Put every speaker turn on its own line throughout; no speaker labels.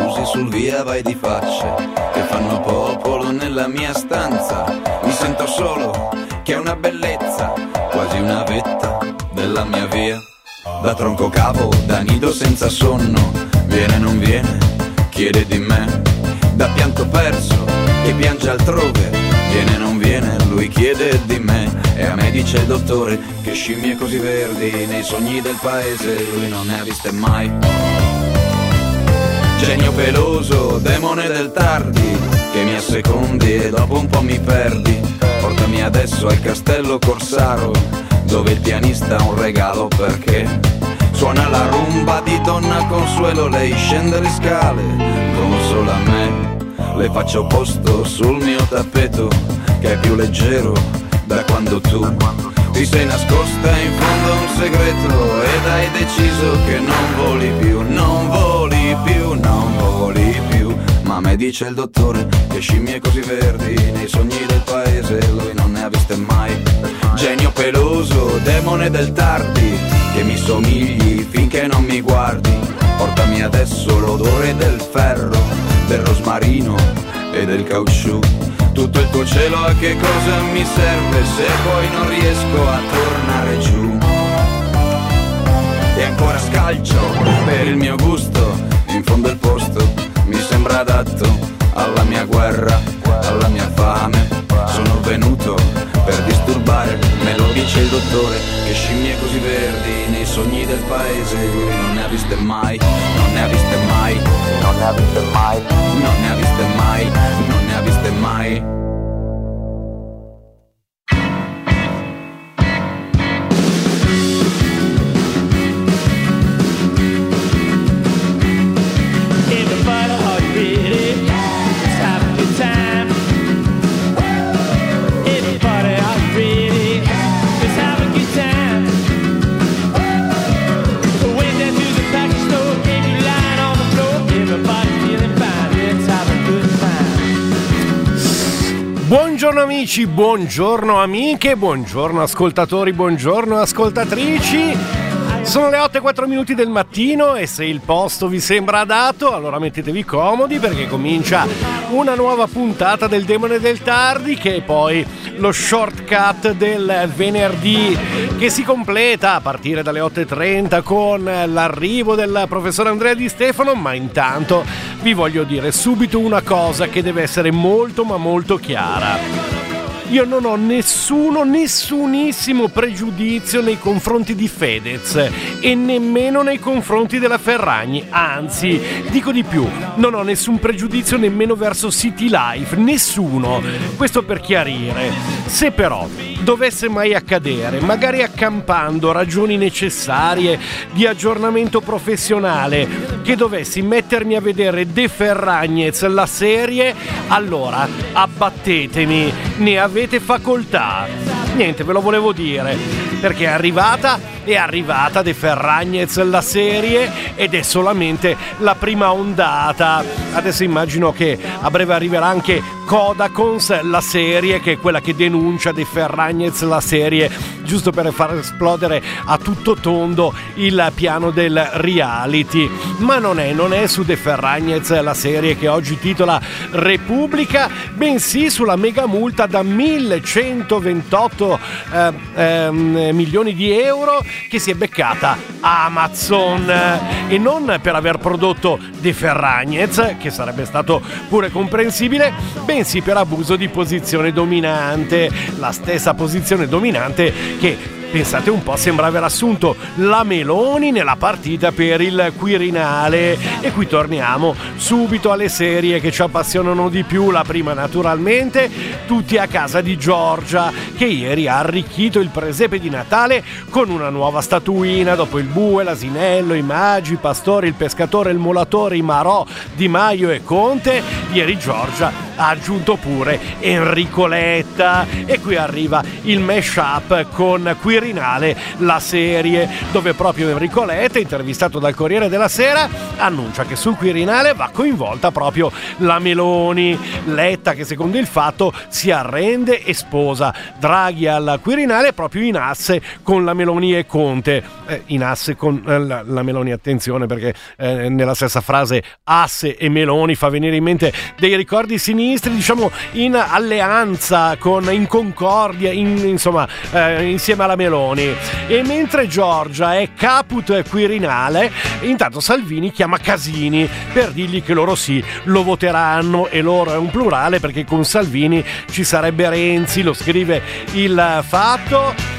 chiusi sul via vai di facce che fanno popolo nella mia stanza. Mi sento solo, che è una bellezza, quasi una vetta della mia via. Da tronco cavo, da nido senza sonno, viene non viene, chiede di me. Da pianto perso, che piange altrove, viene non viene, lui chiede di me. E a me dice il dottore che scimmie così verdi nei sogni del paese lui non ne ha viste mai. Genio peloso, demone del tardi, che mi assecondi e dopo un po' mi perdi. Portami adesso al castello Corsaro, dove il pianista ha un regalo perché suona la rumba di Donna Consuelo. Lei scende le scale come solo a me. Le faccio posto sul mio tappeto, che è più leggero da quando tu ti sei nascosta in fondo a un segreto ed hai deciso che non voli più, non voli più, non voli più. Ma a me dice il dottore che scimmie così verdi nei sogni del paese lui non ne ha viste mai. Genio peloso, demone del tardi, che mi somigli finché non mi guardi. Portami adesso l'odore del ferro, del rosmarino e del caucciù. Tutto il tuo cielo a che cosa mi serve se poi non riesco a tornare giù. E ancora scalcio per il mio gusto, in fondo il posto mi sembra adatto alla mia guerra, alla mia fame. Sono venuto per disturbare, me lo dice il dottore, che scimmie così verdi nei sogni del paese lui non ne ha viste mai, non ne ha viste mai, non ne ha viste mai, non ne ha viste mai, non ne ha viste mai.
Buongiorno amici, buongiorno amiche, buongiorno ascoltatori, buongiorno ascoltatrici. Sono le 8:04 del mattino e se il posto vi sembra adatto, allora mettetevi comodi perché comincia una nuova puntata del Demone del Tardi, che è poi lo shortcut del venerdì, che si completa a partire dalle 8:30 con l'arrivo del professor Andrea Di Stefano. Ma intanto vi voglio dire subito una cosa che deve essere molto ma molto chiara. Io non ho nessunissimo pregiudizio nei confronti di Fedez e nemmeno nei confronti della Ferragni, anzi, dico di più, non ho nessun pregiudizio nemmeno verso City Life, nessuno. Questo per chiarire. Se però dovesse mai accadere, magari accampando ragioni necessarie di aggiornamento professionale, che dovessi mettermi a vedere De Ferragnez la serie, allora abbattetemi, ne avete facoltà. Niente, ve lo volevo dire, perché è arrivata De Ferragnez la serie ed è solamente la prima ondata. Adesso immagino che a breve arriverà anche Kodakons la serie, che è quella che denuncia De Ferragnez la serie, giusto per far esplodere a tutto tondo il piano del reality. Ma non è su De Ferragnez la serie che oggi titola Repubblica, bensì sulla mega multa da 1128 milioni di euro che si è beccata Amazon, e non per aver prodotto De Ferragnez, che sarebbe stato pure comprensibile, bensì per abuso di posizione dominante, la stessa posizione dominante che, pensate un po', sembra aver assunto la Meloni nella partita per il Quirinale. E qui torniamo subito alle serie che ci appassionano di più. La prima, naturalmente, Tutti a casa di Giorgia, che ieri ha arricchito il presepe di Natale con una nuova statuina. Dopo il bue, l'asinello, i magi, i pastori, il pescatore, il mulatore, i Marò, Di Maio e Conte, ieri Giorgia ha aggiunto pure Enrico Letta, e qui arriva il mashup con Quirinale, la serie, dove proprio Enrico Letta, intervistato dal Corriere della Sera, annuncia che sul Quirinale va coinvolta proprio la Meloni. Letta, che secondo il Fatto si arrende e sposa Draghi al Quirinale proprio in asse con la Meloni e Conte. In asse con la Meloni, attenzione, perché nella stessa frase asse e Meloni fa venire in mente dei ricordi sinistri, diciamo in alleanza, in concordia, insomma insieme alla Meloni. E mentre Giorgia è caput Quirinale, intanto Salvini chiama Casini per dirgli che loro sì, lo voteranno, e loro è un plurale perché con Salvini ci sarebbe Renzi, lo scrive il Fatto.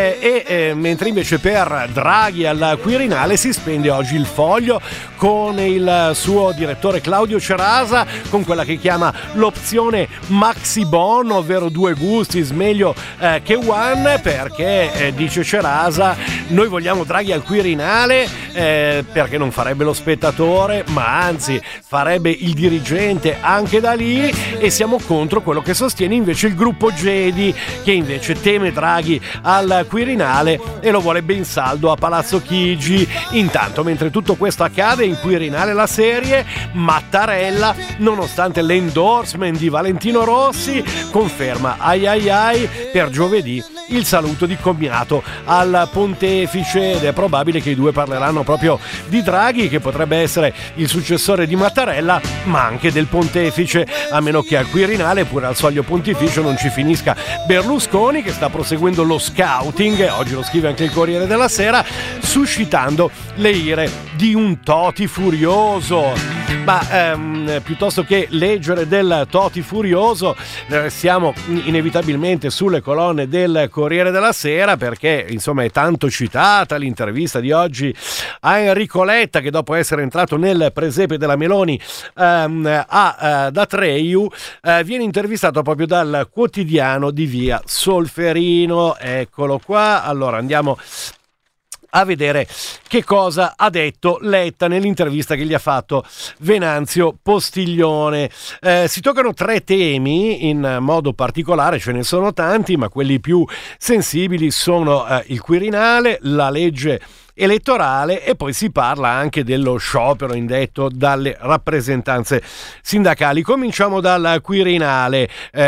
Mentre invece per Draghi al Quirinale si spende oggi il Foglio con il suo direttore Claudio Cerasa, con quella che chiama l'opzione Maxi Bono, ovvero due gusti meglio che one, perché dice Cerasa, noi vogliamo Draghi al Quirinale perché non farebbe lo spettatore, ma anzi farebbe il dirigente anche da lì, e siamo contro quello che sostiene invece il gruppo Gedi, che invece teme Draghi al Quirinale e lo vuole ben saldo a Palazzo Chigi. Intanto, mentre tutto questo accade, in Quirinale la serie, Mattarella, nonostante l'endorsement di Valentino Rossi, conferma ai per giovedì il saluto di commiato al pontefice, ed è probabile che i due parleranno proprio di Draghi, che potrebbe essere il successore di Mattarella, ma anche del pontefice, a meno che al Quirinale, pure al soglio pontificio, non ci finisca Berlusconi, che sta proseguendo lo scouting, oggi lo scrive anche il Corriere della Sera, suscitando le ire di un Toti furioso. Ma piuttosto che leggere del Toti furioso, siamo inevitabilmente sulle colonne del Corriere della Sera, perché insomma è tanto citata l'intervista di oggi a Enrico Letta, che dopo essere entrato nel presepe della Meloni da Treiu, viene intervistato proprio dal quotidiano di via Solferino. Eccolo qua. Allora andiamo a vedere che cosa ha detto Letta nell'intervista che gli ha fatto Venanzio Postiglione. Si toccano tre temi in modo particolare, ce ne sono tanti, ma quelli più sensibili sono il Quirinale, la legge elettorale, e poi si parla anche dello sciopero indetto dalle rappresentanze sindacali. Cominciamo dal Quirinale.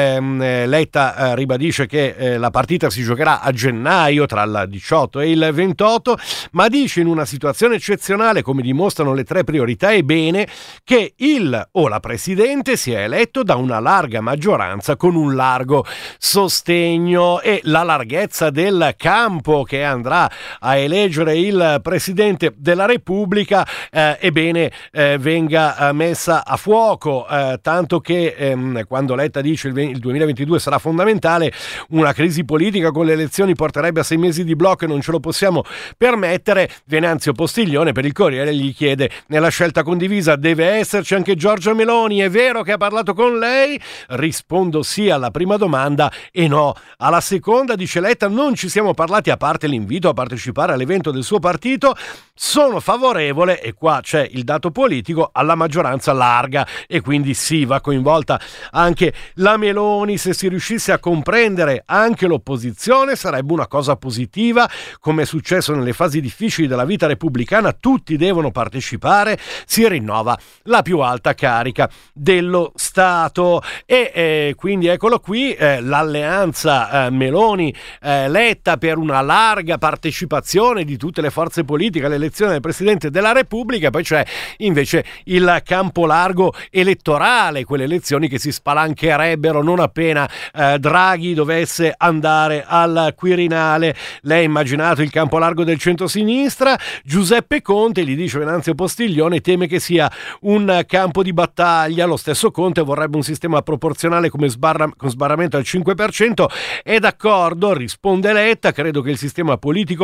Letta ribadisce che la partita si giocherà a gennaio tra il 18 e il 28, ma dice in una situazione eccezionale, come dimostrano le tre priorità, è bene che il o la presidente sia eletto da una larga maggioranza con un largo sostegno, e la larghezza del campo che andrà a eleggere il Presidente della Repubblica ebbene venga messa a fuoco, tanto che quando Letta dice il 2022 sarà fondamentale, una crisi politica con le elezioni porterebbe a 6 mesi di blocco e non ce lo possiamo permettere, Venanzio Postiglione per il Corriere gli chiede: nella scelta condivisa deve esserci anche Giorgia Meloni, è vero che ha parlato con lei? Rispondo sì alla prima domanda e no alla seconda, dice Letta, non ci siamo parlati, a parte l'invito a partecipare all'evento del suo partito, sono favorevole, e qua c'è il dato politico, alla maggioranza larga, e quindi sì, va coinvolta anche la Meloni. Se si riuscisse a comprendere anche l'opposizione sarebbe una cosa positiva, come è successo nelle fasi difficili della vita repubblicana, tutti devono partecipare, si rinnova la più alta carica dello Stato. E quindi eccolo qui, l'alleanza Meloni-Letta per una larga partecipazione di tutte le forze politiche all'elezione del Presidente della Repubblica. Poi c'è invece il campo largo elettorale, quelle elezioni che si spalancherebbero non appena Draghi dovesse andare al Quirinale. Lei ha immaginato il campo largo del centro-sinistra. Giuseppe Conte, gli dice Venanzio Postiglione, teme che sia un campo di battaglia. Lo stesso Conte vorrebbe un sistema proporzionale con sbarramento al 5%. È d'accordo, risponde Letta, credo che il sistema politico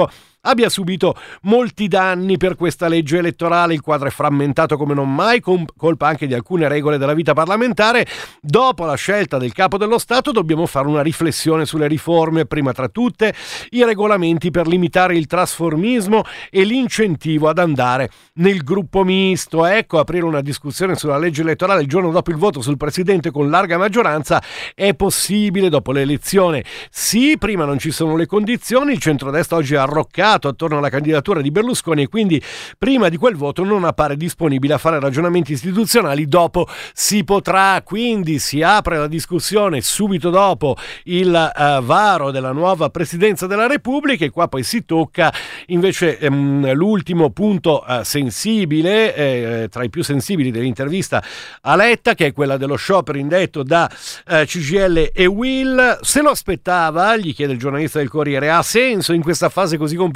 abbia subito molti danni per questa legge elettorale. Il quadro è frammentato come non mai, colpa anche di alcune regole della vita parlamentare. Dopo la scelta del capo dello Stato dobbiamo fare una riflessione sulle riforme, prima tra tutte i regolamenti per limitare il trasformismo e l'incentivo ad andare nel gruppo misto. Ecco, aprire una discussione sulla legge elettorale il giorno dopo il voto sul presidente con larga maggioranza è possibile dopo l'elezione. Sì, prima non ci sono le condizioni, il centrodestra oggi è arroccato attorno alla candidatura di Berlusconi e quindi prima di quel voto non appare disponibile a fare ragionamenti istituzionali. Dopo si potrà, quindi si apre la discussione subito dopo il varo della nuova presidenza della Repubblica, e qua poi si tocca invece l'ultimo punto sensibile, tra i più sensibili dell'intervista a Letta, che è quella dello sciopero indetto da CGIL e UIL. Se lo aspettava, gli chiede il giornalista del Corriere, ha senso in questa fase così complicata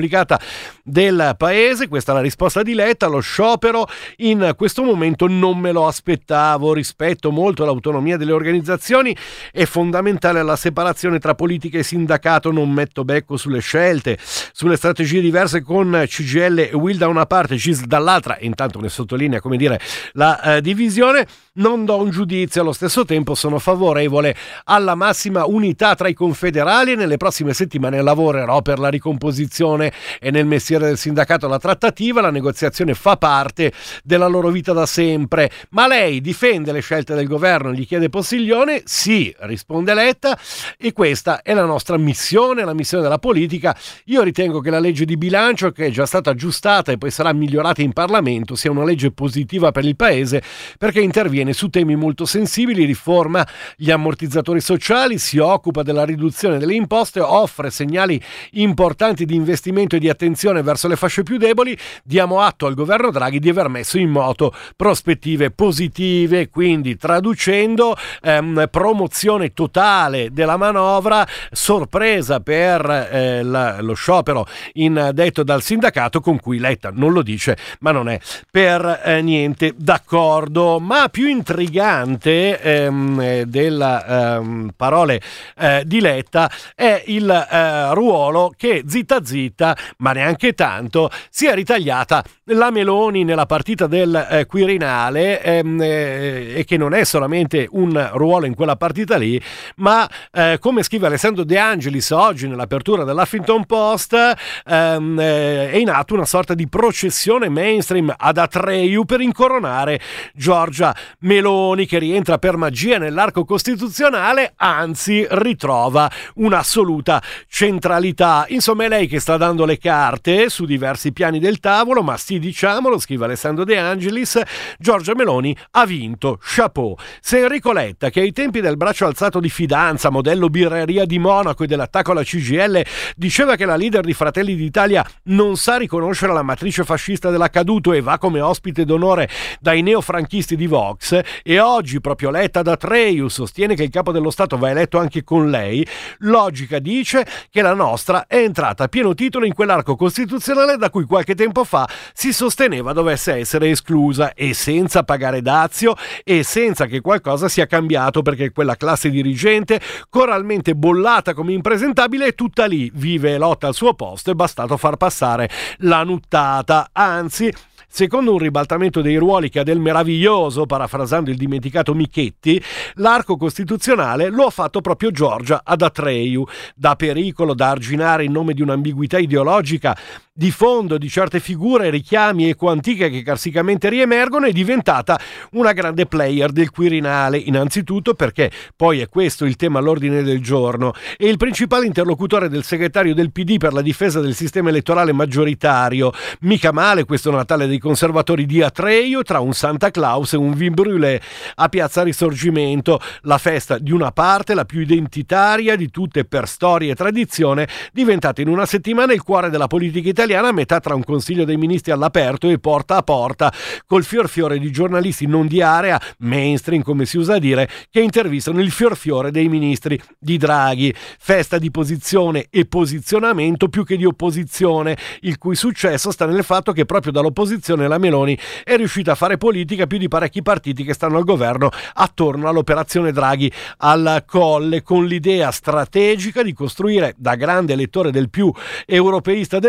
del paese? Questa è la risposta di Letta: lo sciopero in questo momento non me lo aspettavo, rispetto molto l'autonomia delle organizzazioni, è fondamentale la separazione tra politica e sindacato, non metto becco sulle scelte, sulle strategie diverse con CGIL e UIL da una parte, CISL dall'altra, e intanto ne sottolinea, come dire, la divisione. Non do un giudizio, allo stesso tempo sono favorevole alla massima unità tra i confederali e nelle prossime settimane lavorerò per la ricomposizione. E nel mestiere del sindacato la trattativa, la negoziazione fa parte della loro vita da sempre. Ma lei difende le scelte del governo? Gli chiede Postiglione. Sì, risponde Letta, e questa è la nostra missione, la missione della politica. Io ritengo che la legge di bilancio, che è già stata aggiustata e poi sarà migliorata in Parlamento, sia una legge positiva per il paese, perché interviene su temi molto sensibili, riforma gli ammortizzatori sociali, si occupa della riduzione delle imposte, offre segnali importanti di investimento e di attenzione verso le fasce più deboli. Diamo atto al governo Draghi di aver messo in moto prospettive positive, quindi traducendo promozione totale della manovra, sorpresa per lo sciopero indetto dal sindacato, con cui Letta non lo dice ma non è per niente d'accordo. Ma più intrigante delle parole di Letta è il ruolo che zitta zitta, ma neanche tanto, si è ritagliata la Meloni nella partita del Quirinale, e che non è solamente un ruolo in quella partita lì, ma come scrive Alessandro De Angelis oggi nell'apertura dell'Huffington Post, è in atto una sorta di processione mainstream ad Atreju per incoronare Giorgia Meloni, che rientra per magia nell'arco costituzionale, anzi ritrova un'assoluta centralità. Insomma, è lei che sta dando le carte su diversi piani del tavolo, ma sì, diciamolo, scrive Alessandro De Angelis, Giorgia Meloni ha vinto, chapeau. Se Enrico Letta, che ai tempi del braccio alzato di fidanza, modello birreria di Monaco e dell'attacco alla CGIL, diceva che la leader di Fratelli d'Italia non sa riconoscere la matrice fascista dell'accaduto e va come ospite d'onore dai neofranchisti di Vox, e oggi proprio Letta da Atreju sostiene che il capo dello Stato va eletto anche con lei, logica dice che la nostra è entrata a pieno titolo in quell'arco costituzionale da cui qualche tempo fa si sosteneva dovesse essere esclusa, e senza pagare dazio e senza che qualcosa sia cambiato, perché quella classe dirigente, coralmente bollata come impresentabile, è tutta lì, vive e lotta al suo posto, è bastato far passare la nuttata. Anzi, secondo un ribaltamento dei ruoli che ha del meraviglioso, parafrasando il dimenticato Michetti, l'arco costituzionale lo ha fatto proprio Giorgia ad Atreju. Da pericolo da arginare in nome di un'ambiguità ideologica di fondo di certe figure, richiami ecoantiche che carsicamente riemergono, è diventata una grande player del Quirinale, innanzitutto perché poi è questo il tema all'ordine del giorno, e il principale interlocutore del segretario del PD per la difesa del sistema elettorale maggioritario. Mica male questo Natale dei conservatori di Atreju, tra un Santa Claus e un vin brûlé a Piazza Risorgimento, la festa di una parte, la più identitaria di tutte per storia e tradizione, diventata in una settimana il cuore della politica italiana, a metà tra un consiglio dei ministri all'aperto e porta a porta, col fiorfiore di giornalisti non di area, mainstream come si usa dire, che intervistano il fiorfiore dei ministri di Draghi. Festa di posizione e posizionamento più che di opposizione, il cui successo sta nel fatto che proprio dall'opposizione la Meloni è riuscita a fare politica più di parecchi partiti che stanno al governo attorno all'operazione Draghi al Colle, con l'idea strategica di costruire, da grande elettore del più europeista del mondo, la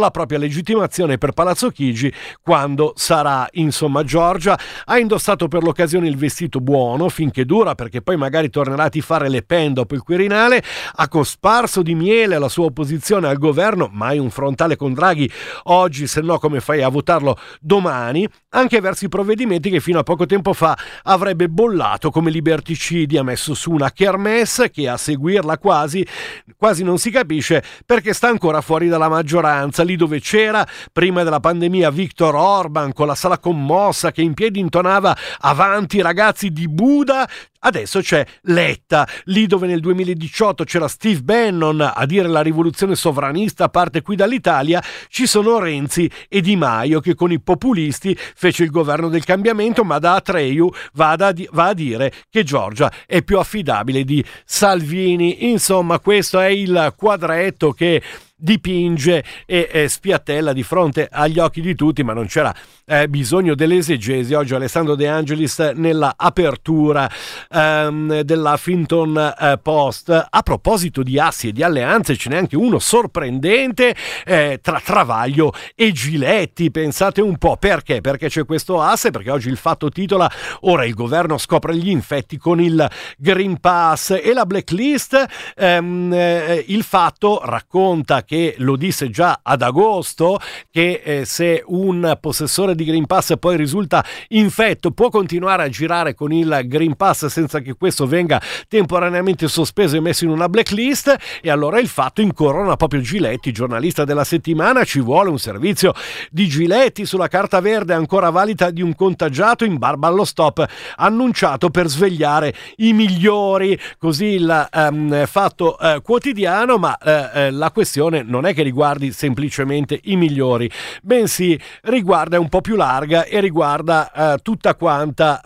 la propria legittimazione per Palazzo Chigi quando sarà. Insomma, Giorgia ha indossato per l'occasione il vestito buono finché dura, perché poi magari tornerà a tifare Le Pen dopo il Quirinale, ha cosparso di miele la sua opposizione al governo, mai un frontale con Draghi oggi, se no come fai a votarlo domani, anche verso i provvedimenti che fino a poco tempo fa avrebbe bollato come liberticidi. Ha messo su una kermesse che a seguirla quasi non si capisce perché sta ancora fuori dalla maggioranza, lì dove c'era prima della pandemia Viktor Orban con la sala commossa che in piedi intonava "Avanti ragazzi di Buda", adesso c'è Letta, lì dove nel 2018 c'era Steve Bannon a dire la rivoluzione sovranista parte qui dall'Italia, ci sono Renzi e Di Maio che con i populisti fece il governo del cambiamento, ma da Atreju va a dire che Giorgia è più affidabile di Salvini. Insomma, questo è il quadretto che dipinge e spiattella di fronte agli occhi di tutti, ma non c'era bisogno dell'esegesi. Oggi Alessandro De Angelis nella apertura dell'Huffington Post, a proposito di assi e di alleanze, ce n'è anche uno sorprendente tra Travaglio e Giletti. Pensate un po' perché c'è questo asse, perché oggi il Fatto titola "Ora il governo scopre gli infetti con il Green Pass e la blacklist". Il Fatto racconta che lo disse già ad agosto che se un possessore di Green Pass poi risulta infetto può continuare a girare con il Green Pass senza che questo venga temporaneamente sospeso e messo in una blacklist. E allora il Fatto incorona proprio Giletti, giornalista della settimana: "Ci vuole un servizio di Giletti sulla carta verde ancora valida di un contagiato in barba allo stop annunciato per svegliare i migliori", così il Fatto quotidiano. Ma la questione non è che riguardi semplicemente i migliori, bensì riguarda un po' più larga e riguarda tutta quanta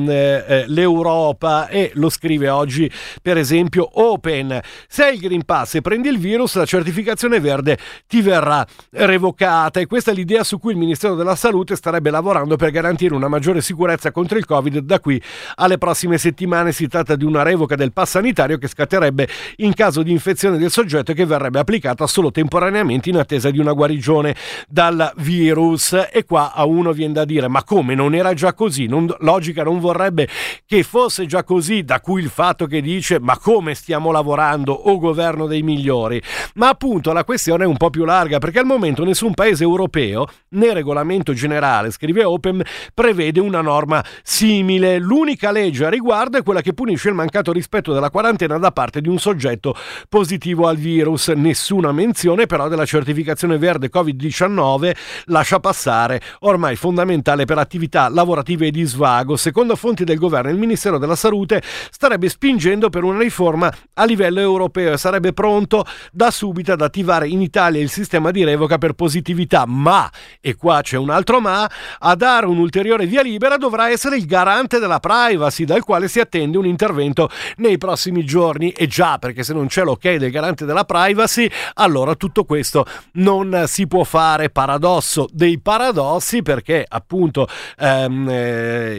l'Europa, e lo scrive oggi per esempio Open: "Se hai il Green Pass e prendi il virus, la certificazione verde ti verrà revocata". E questa è l'idea su cui il Ministero della Salute starebbe lavorando per garantire una maggiore sicurezza contro il Covid da qui alle prossime settimane. Si tratta di una revoca del pass sanitario che scatterebbe in caso di infezione del soggetto e che verrebbe applicata solo temporaneamente in attesa di una guarigione dal virus. E qua a uno viene da dire: ma come, non era già così? Logica non vorrebbe che fosse già così, da cui il Fatto che dice: ma come stiamo lavorando, o governo dei migliori? Ma appunto la questione è un po' più larga, perché al momento nessun paese europeo, né regolamento generale, scrive Open, prevede una norma simile. L'unica legge a riguardo è quella che punisce il mancato rispetto della quarantena da parte di un soggetto positivo al virus. Nessuna menzione però della certificazione verde Covid-19, lascia passare, ormai fondamentale per attività lavorative e di svago. Secondo fonti del governo, il Ministero della Salute starebbe spingendo per una riforma a livello europeo e sarebbe pronto da subito ad attivare in Italia il sistema di revoca per positività. Ma, e qua c'è un altro ma, a dare un'ulteriore via libera dovrà essere il garante della privacy, dal quale si attende un intervento nei prossimi giorni. E già, perché se non c'è l'ok del garante della privacy, allora tutto questo non si può fare. Paradosso dei paradossi, perché appunto deve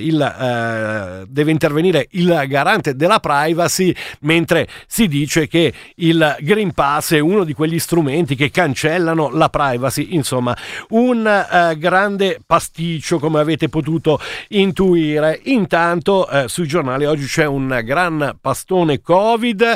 intervenire il garante della privacy, mentre si dice che il Green Pass è uno di quegli strumenti che cancellano la privacy. Insomma, un grande pasticcio, come avete potuto intuire. Intanto sui giornali oggi c'è un gran pastone Covid,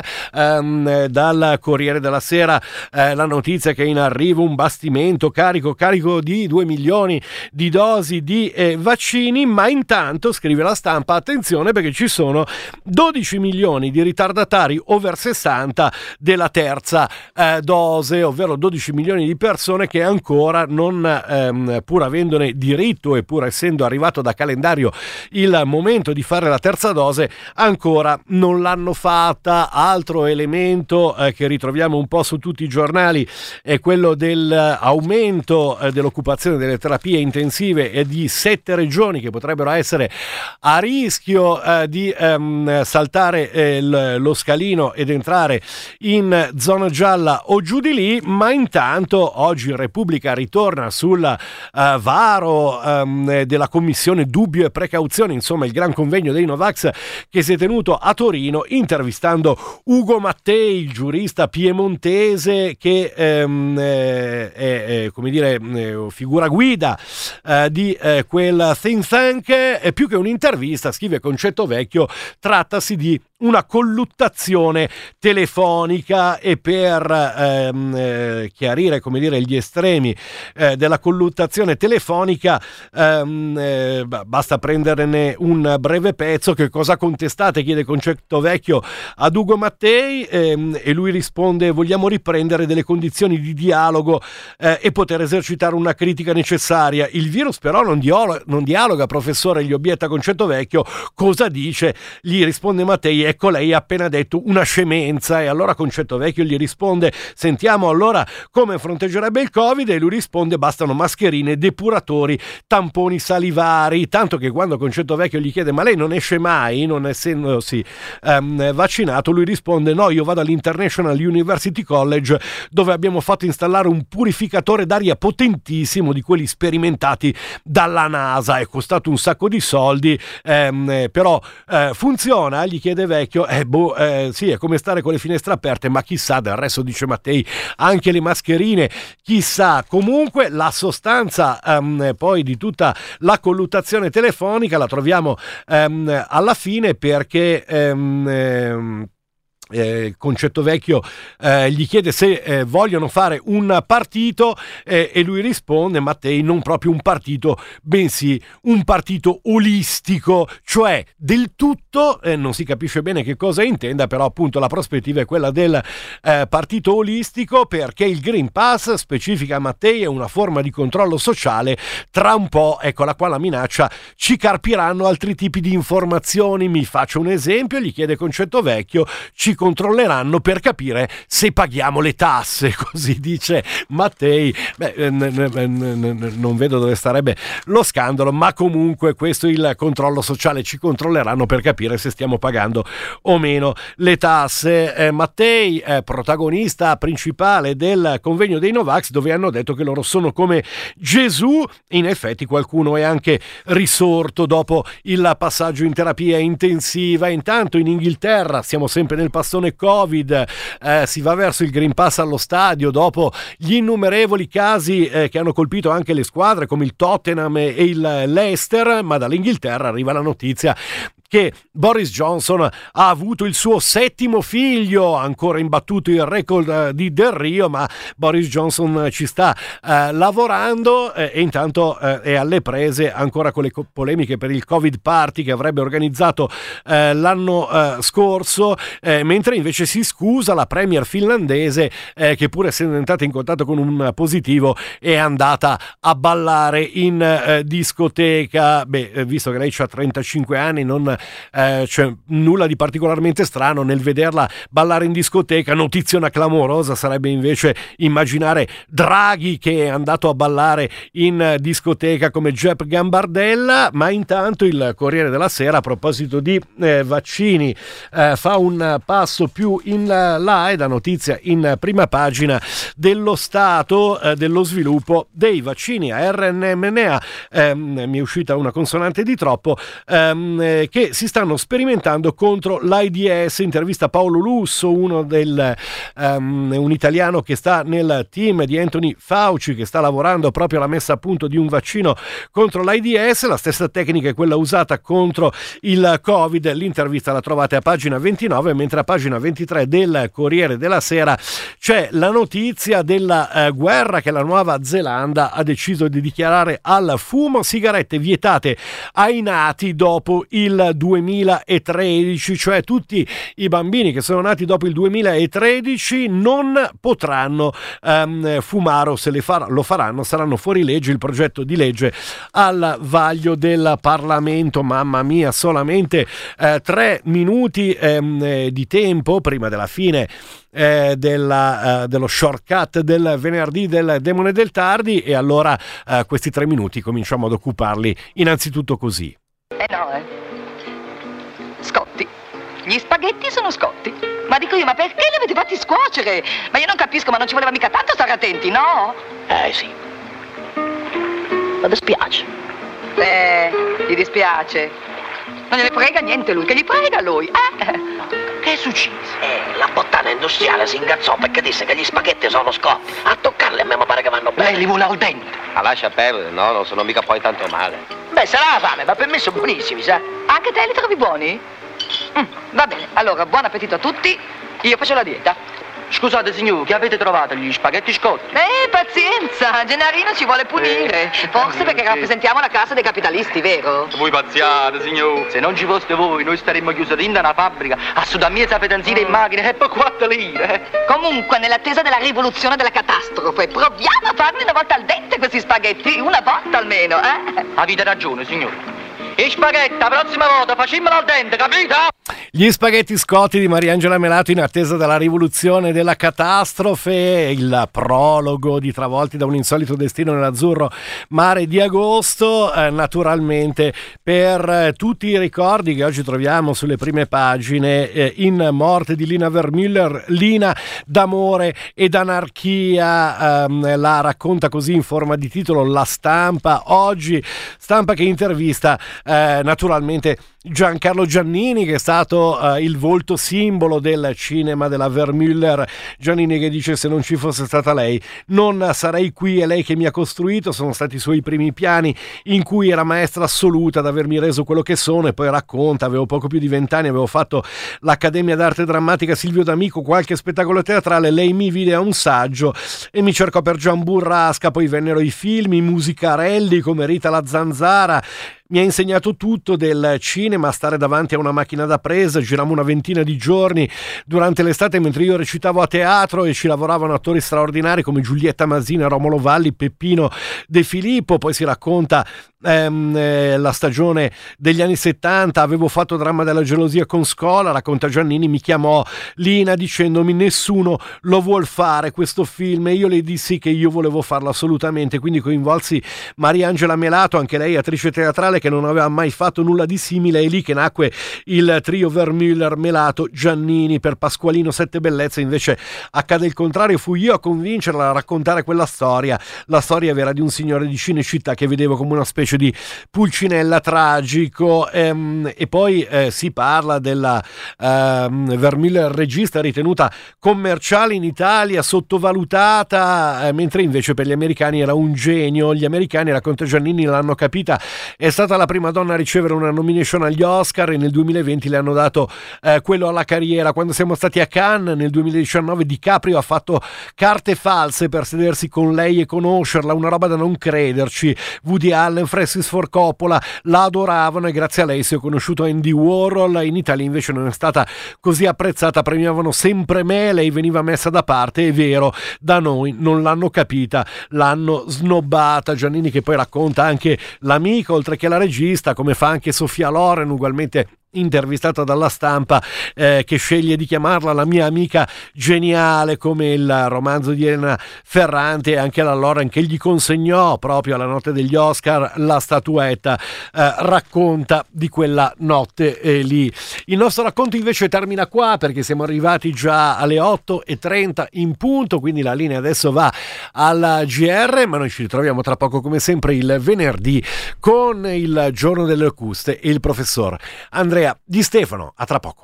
dal Corriere della Sera la notizia che è in arrivo un bastimento carico di 2 milioni di dosi di vaccini. Ma intanto, scrive La Stampa, attenzione perché ci sono 12 milioni di ritardatari over 60 della terza dose, ovvero 12 milioni di persone che ancora non, pur avendone diritto e pur essendo arrivato da calendario il momento di fare la terza dose, ancora non l'hanno fatta. Altro elemento che ritroviamo un po' su tutti i giornali è quello dell'aumento dell'occupazione delle terapie intensive e di 7 regioni che potrebbero essere a rischio di saltare lo scalino ed entrare in zona gialla o giù di lì. Ma intanto oggi Repubblica ritorna sul varo della commissione dubbio e precauzione, insomma il gran convegno dei Novax che si è tenuto a Torino, intervistando Ugo Mattei, il giurista piemontese che che è come dire figura guida di quel think tank, più che un'intervista, scrive Concetto Vecchio, trattasi di una colluttazione telefonica, e per chiarire, come dire, gli estremi della colluttazione telefonica basta prenderne un breve pezzo. Che cosa contestate? Chiede Concetto Vecchio ad Ugo Mattei, e lui risponde: vogliamo riprendere delle condizioni di dialogo e poter esercitare una critica necessaria. Il virus però non dialoga, professore, gli obietta Concetto Vecchio. Cosa dice? Gli risponde Mattei: ecco, lei ha appena detto una scemenza. E allora Concetto Vecchio gli risponde: sentiamo allora come fronteggerebbe il Covid, e lui risponde: bastano mascherine, depuratori, tamponi salivari. Tanto che quando Concetto Vecchio gli chiede: ma lei non esce mai, non essendosi vaccinato, lui risponde: no, io vado all'International University College, dove abbiamo fatto installare un purificatore d'aria potentissimo, di quelli sperimentati dalla NASA, è costato un sacco di soldi, però funziona. Gli chiede Vecchio: sì, è come stare con le finestre aperte, ma chissà, del resto, dice Mattei, anche le mascherine, chissà. Comunque la sostanza poi di tutta la colluttazione telefonica la troviamo alla fine, perché Concetto Vecchio gli chiede se vogliono fare un partito, e lui risponde, Mattei: non proprio un partito, bensì un partito olistico, cioè del tutto, non si capisce bene che cosa intenda, però appunto la prospettiva è quella del partito olistico, perché il Green Pass, specifica Mattei, è una forma di controllo sociale. Tra un po', eccola qua la minaccia, ci carpiranno altri tipi di informazioni. Mi faccio un esempio, gli chiede Concetto Vecchio: ci controlleranno per capire se paghiamo le tasse, così dice Mattei. Non vedo dove starebbe lo scandalo, ma comunque questo è il controllo sociale: ci controlleranno per capire se stiamo pagando o meno le tasse. Mattei è protagonista principale del convegno dei Novax, dove hanno detto che loro sono come Gesù. In effetti qualcuno è anche risorto dopo il passaggio in terapia intensiva. Intanto in Inghilterra, siamo sempre nel bastone Covid, si va verso il Green Pass allo stadio dopo gli innumerevoli casi che hanno colpito anche le squadre come il Tottenham e il Leicester. Ma dall'Inghilterra arriva la notizia che Boris Johnson ha avuto il suo 7° figlio, ancora imbattuto il record di Del Rio, ma Boris Johnson ci sta lavorando, e intanto è alle prese ancora con le polemiche per il Covid Party che avrebbe organizzato l'anno scorso, mentre invece si scusa la premier finlandese, che pur essendo entrata in contatto con un positivo è andata a ballare in discoteca. Visto che lei ha 35 anni, non c'è nulla di particolarmente strano nel vederla ballare in discoteca. Notizia clamorosa sarebbe invece immaginare Draghi che è andato a ballare in discoteca come Jep Gambardella. Ma intanto il Corriere della Sera, a proposito di vaccini, fa un passo più in là e dà notizia in prima pagina dello stato dello sviluppo dei vaccini a RNMNA, mi è uscita una consonante di troppo, che si stanno sperimentando contro l'AIDS. Intervista Paolo Lusso, un italiano che sta nel team di Anthony Fauci, che sta lavorando proprio alla messa a punto di un vaccino contro l'AIDS. La stessa tecnica è quella usata contro il Covid. L'intervista la trovate a pagina 29, mentre a pagina 23 del Corriere della Sera c'è la notizia della guerra che la Nuova Zelanda ha deciso di dichiarare al fumo. Sigarette vietate ai nati dopo il 2013, cioè tutti i bambini che sono nati dopo il 2013 non potranno fumare, o se lo faranno saranno fuori legge. Il progetto di legge al vaglio del Parlamento. Mamma mia, solamente 3 minuti di tempo prima della fine dello shortcut del venerdì del Demone del Tardi, e allora questi 3 minuti cominciamo ad occuparli innanzitutto così.
Scotti. Gli spaghetti sono scotti. Ma dico io, ma perché li avete fatti scuocere? Ma io non capisco, ma non ci voleva mica tanto stare attenti, no?
Sì. Ma dispiace.
Ti dispiace. Non gliene frega niente lui, che gli frega lui,
Che è successo? La bottana industriale si ingazzò perché disse che gli spaghetti sono scotti. A toccarli a me mi pare che vanno bene.
Lei li vuole al dente.
Ma lascia perdere, no, non sono mica poi tanto male.
Beh, sarà la fame, ma per me sono buonissimi, sa?
Anche te li trovi buoni? Va bene, allora buon appetito a tutti, io faccio la dieta.
Scusate signor, che avete trovato? Gli spaghetti scotti?
Pazienza, Gennarino ci vuole punire. Forse perché rappresentiamo la classe dei capitalisti, vero?
Voi pazziate signor. Se non ci foste voi, noi staremmo chiusi dentro una fabbrica a sudare miezza pedenzina in macchina e poi 4 lire.
Comunque, nell'attesa della rivoluzione della catastrofe, proviamo a farli una volta al dente questi spaghetti, una volta almeno,
Avete ragione signor. E spaghetti, la prossima volta facimmelo al dente, capito?
Gli spaghetti scotti di Mariangela Melato in attesa della rivoluzione della catastrofe, il prologo di Travolti da un insolito destino nell'azzurro mare di agosto, naturalmente per tutti i ricordi che oggi troviamo sulle prime pagine, in Morte di Lina Wertmüller, Lina d'amore ed anarchia, la racconta così in forma di titolo La Stampa, oggi Stampa che intervista naturalmente Giancarlo Giannini, che è stato il volto simbolo del cinema della Wertmüller. Giannini che dice: se non ci fosse stata lei non sarei qui, è lei che mi ha costruito, sono stati i suoi primi piani in cui era maestra assoluta ad avermi reso quello che sono. E poi racconta: avevo poco più di 20 anni, avevo fatto l'Accademia d'Arte Drammatica Silvio D'Amico, qualche spettacolo teatrale, lei mi vide a un saggio e mi cercò per Gian Burrasca, poi vennero i film, i musicarelli come Rita la Zanzara. Mi ha insegnato tutto del cinema, stare davanti a una macchina da presa, girammo una ventina di giorni durante l'estate mentre io recitavo a teatro e ci lavoravano attori straordinari come Giulietta Masina, Romolo Valli, Peppino De Filippo. Poi si racconta la stagione degli anni 70, avevo fatto Dramma della gelosia con Scola, racconta Giannini, mi chiamò Lina dicendomi: nessuno lo vuol fare questo film, e io le dissi che io volevo farlo assolutamente, quindi coinvolsi Mariangela Melato, anche lei attrice teatrale che non aveva mai fatto nulla di simile. È lì che nacque il trio Wertmüller, Melato, Giannini. Per Pasqualino Sette Bellezze invece accade il contrario, fui io a convincerla a raccontare quella storia, la storia vera di un signore di Cinecittà che vedevo come una specie di Pulcinella tragico. E poi si parla della Wertmüller regista ritenuta commerciale in Italia, sottovalutata, mentre invece per gli americani era un genio. Gli americani, racconta Giannini, l'hanno capita, è stata la prima donna a ricevere una nomination agli Oscar e nel 2020 le hanno dato quello alla carriera. Quando siamo stati a Cannes nel 2019 DiCaprio ha fatto carte false per sedersi con lei e conoscerla, una roba da non crederci. Woody Allen, Francis Ford Coppola la adoravano e grazie a lei si è conosciuto Andy Warhol. In Italia invece non è stata così apprezzata, premiavano sempre me, lei veniva messa da parte, è vero, da noi non l'hanno capita, l'hanno snobbata. Giannini che poi racconta anche l'amica, oltre che la regista, come fa anche Sofia Loren, ugualmente intervistata dalla Stampa, che sceglie di chiamarla la mia amica geniale, come il romanzo di Elena Ferrante, e anche la Loren che gli consegnò proprio alla notte degli Oscar la statuetta, racconta di quella notte lì. Il nostro racconto invece termina qua perché siamo arrivati già alle 8:30 in punto, quindi la linea adesso va alla GR, ma noi ci ritroviamo tra poco come sempre il venerdì con il Giorno delle Locuste e il professor Andrea Di Stefano. A tra poco.